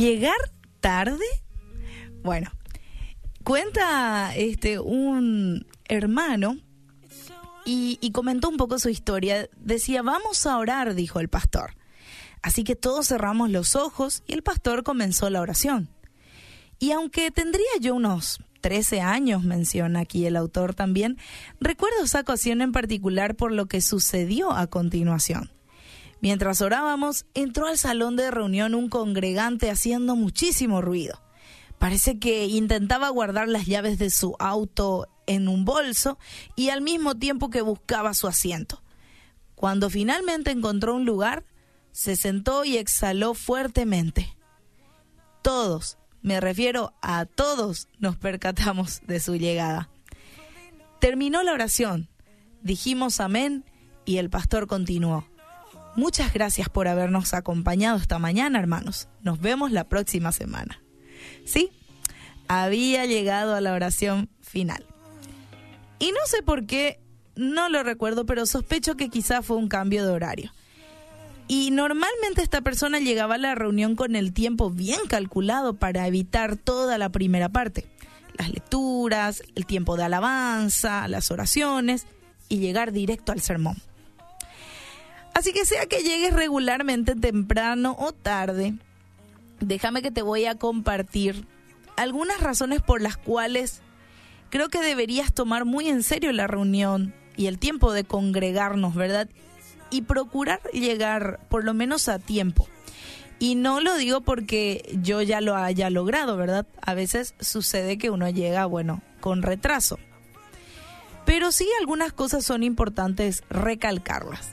¿Llegar tarde? Bueno, cuenta un hermano y comentó un poco su historia. Decía, vamos a orar, dijo el pastor. Así que todos cerramos los ojos y el pastor comenzó la oración. Y aunque tendría yo unos 13 años, menciona aquí el autor también, recuerdo esa ocasión en particular por lo que sucedió a continuación. Mientras orábamos, entró al salón de reunión un congregante haciendo muchísimo ruido. Parece que intentaba guardar las llaves de su auto en un bolso y al mismo tiempo que buscaba su asiento. Cuando finalmente encontró un lugar, se sentó y exhaló fuertemente. Todos, me refiero a todos, nos percatamos de su llegada. Terminó la oración, dijimos amén y el pastor continuó. Muchas gracias por habernos acompañado esta mañana, hermanos. Nos vemos la próxima semana. Sí, había llegado a la oración final. Y no sé por qué, no lo recuerdo, pero sospecho que quizá fue un cambio de horario. Y normalmente esta persona llegaba a la reunión con el tiempo bien calculado para evitar toda la primera parte. Las lecturas, el tiempo de alabanza, las oraciones y llegar directo al sermón. Así que sea que llegues regularmente temprano o tarde, déjame que te voy a compartir algunas razones por las cuales creo que deberías tomar muy en serio la reunión y el tiempo de congregarnos, ¿verdad? Y procurar llegar por lo menos a tiempo. Y no lo digo porque yo ya lo haya logrado, ¿verdad? A veces sucede que uno llega, con retraso. Pero sí algunas cosas son importantes recalcarlas.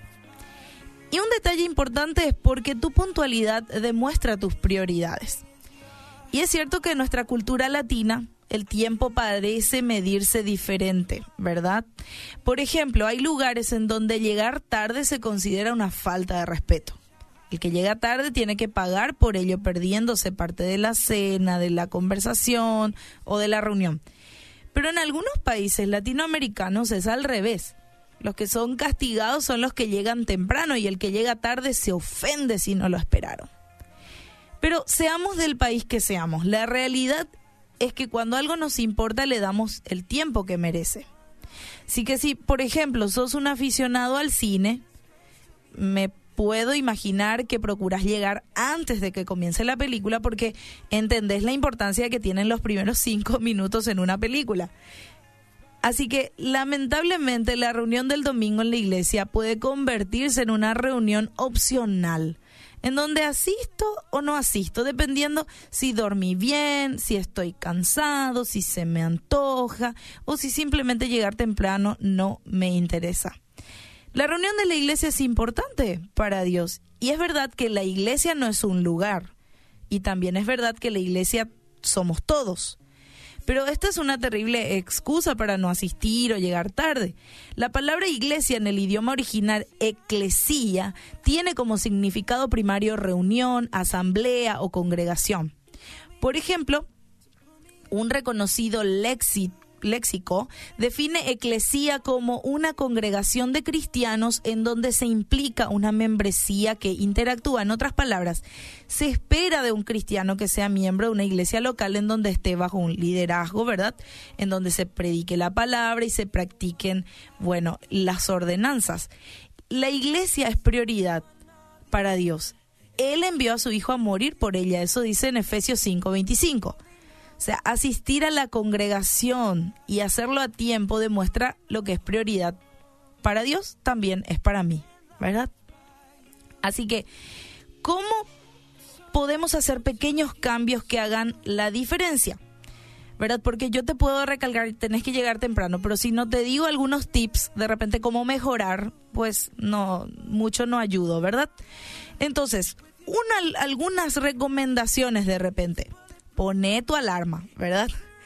Y un detalle importante es porque tu puntualidad demuestra tus prioridades. Y es cierto que en nuestra cultura latina el tiempo parece medirse diferente, ¿verdad? Por ejemplo, hay lugares en donde llegar tarde se considera una falta de respeto. El que llega tarde tiene que pagar por ello, perdiéndose parte de la cena, de la conversación o de la reunión. Pero en algunos países latinoamericanos es al revés. Los que son castigados son los que llegan temprano y el que llega tarde se ofende si no lo esperaron. Pero seamos del país que seamos, la realidad es que cuando algo nos importa le damos el tiempo que merece. Así que si, por ejemplo, sos un aficionado al cine, me puedo imaginar que procuras llegar antes de que comience la película porque entendés la importancia que tienen los primeros 5 minutos en una película. Así que, lamentablemente, la reunión del domingo en la iglesia puede convertirse en una reunión opcional, en donde asisto o no asisto, dependiendo si dormí bien, si estoy cansado, si se me antoja o si simplemente llegar temprano no me interesa. La reunión de la iglesia es importante para Dios y es verdad que la iglesia no es un lugar y también es verdad que la iglesia somos todos. Pero esta es una terrible excusa para no asistir o llegar tarde. La palabra iglesia en el idioma original, eclesia, tiene como significado primario reunión, asamblea o congregación. Por ejemplo, un reconocido léxico define eclesía como una congregación de cristianos en donde se implica una membresía que interactúa. En otras palabras, se espera de un cristiano que sea miembro de una iglesia local en donde esté bajo un liderazgo, ¿verdad? En donde se predique la palabra y se practiquen, las ordenanzas. La iglesia es prioridad para Dios. Él envió a su Hijo a morir por ella. Eso dice en Efesios 5:25. O sea, asistir a la congregación y hacerlo a tiempo demuestra lo que es prioridad para Dios, también es para mí, ¿verdad? Así que, ¿cómo podemos hacer pequeños cambios que hagan la diferencia? ¿Verdad? Porque yo te puedo recalcar, tenés que llegar temprano, pero si no te digo algunos tips, de repente cómo mejorar, pues mucho no ayudo, ¿verdad? Entonces, algunas recomendaciones de repente. Poné tu alarma, ¿verdad?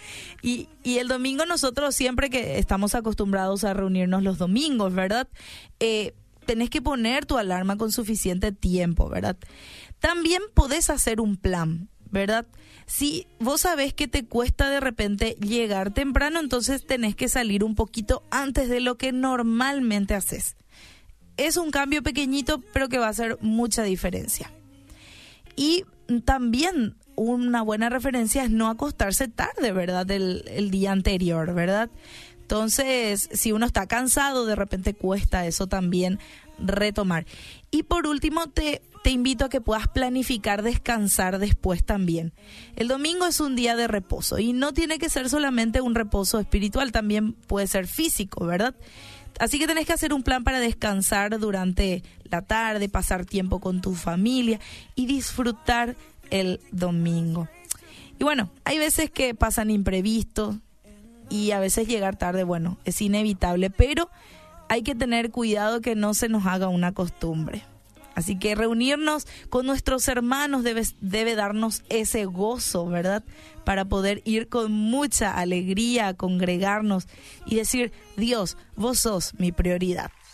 Y el domingo nosotros siempre que estamos acostumbrados a reunirnos los domingos, ¿verdad? Tenés que poner tu alarma con suficiente tiempo, ¿verdad? También podés hacer un plan, ¿verdad? Si vos sabés que te cuesta de repente llegar temprano, entonces tenés que salir un poquito antes de lo que normalmente haces. Es un cambio pequeñito, pero que va a hacer mucha diferencia. Y también una buena referencia es no acostarse tarde, ¿verdad? El día anterior, ¿verdad? Entonces, si uno está cansado, de repente cuesta eso también retomar. Y por último, te invito a que puedas planificar descansar después también. El domingo es un día de reposo y no tiene que ser solamente un reposo espiritual, también puede ser físico, ¿verdad? Así que tenés que hacer un plan para descansar durante la tarde, pasar tiempo con tu familia y disfrutar el domingo. Y bueno, hay veces que pasan imprevistos y a veces llegar tarde, bueno, es inevitable, pero hay que tener cuidado que no se nos haga una costumbre. Así que reunirnos con nuestros hermanos debe darnos ese gozo, ¿verdad? Para poder ir con mucha alegría a congregarnos y decir, Dios, vos sos mi prioridad.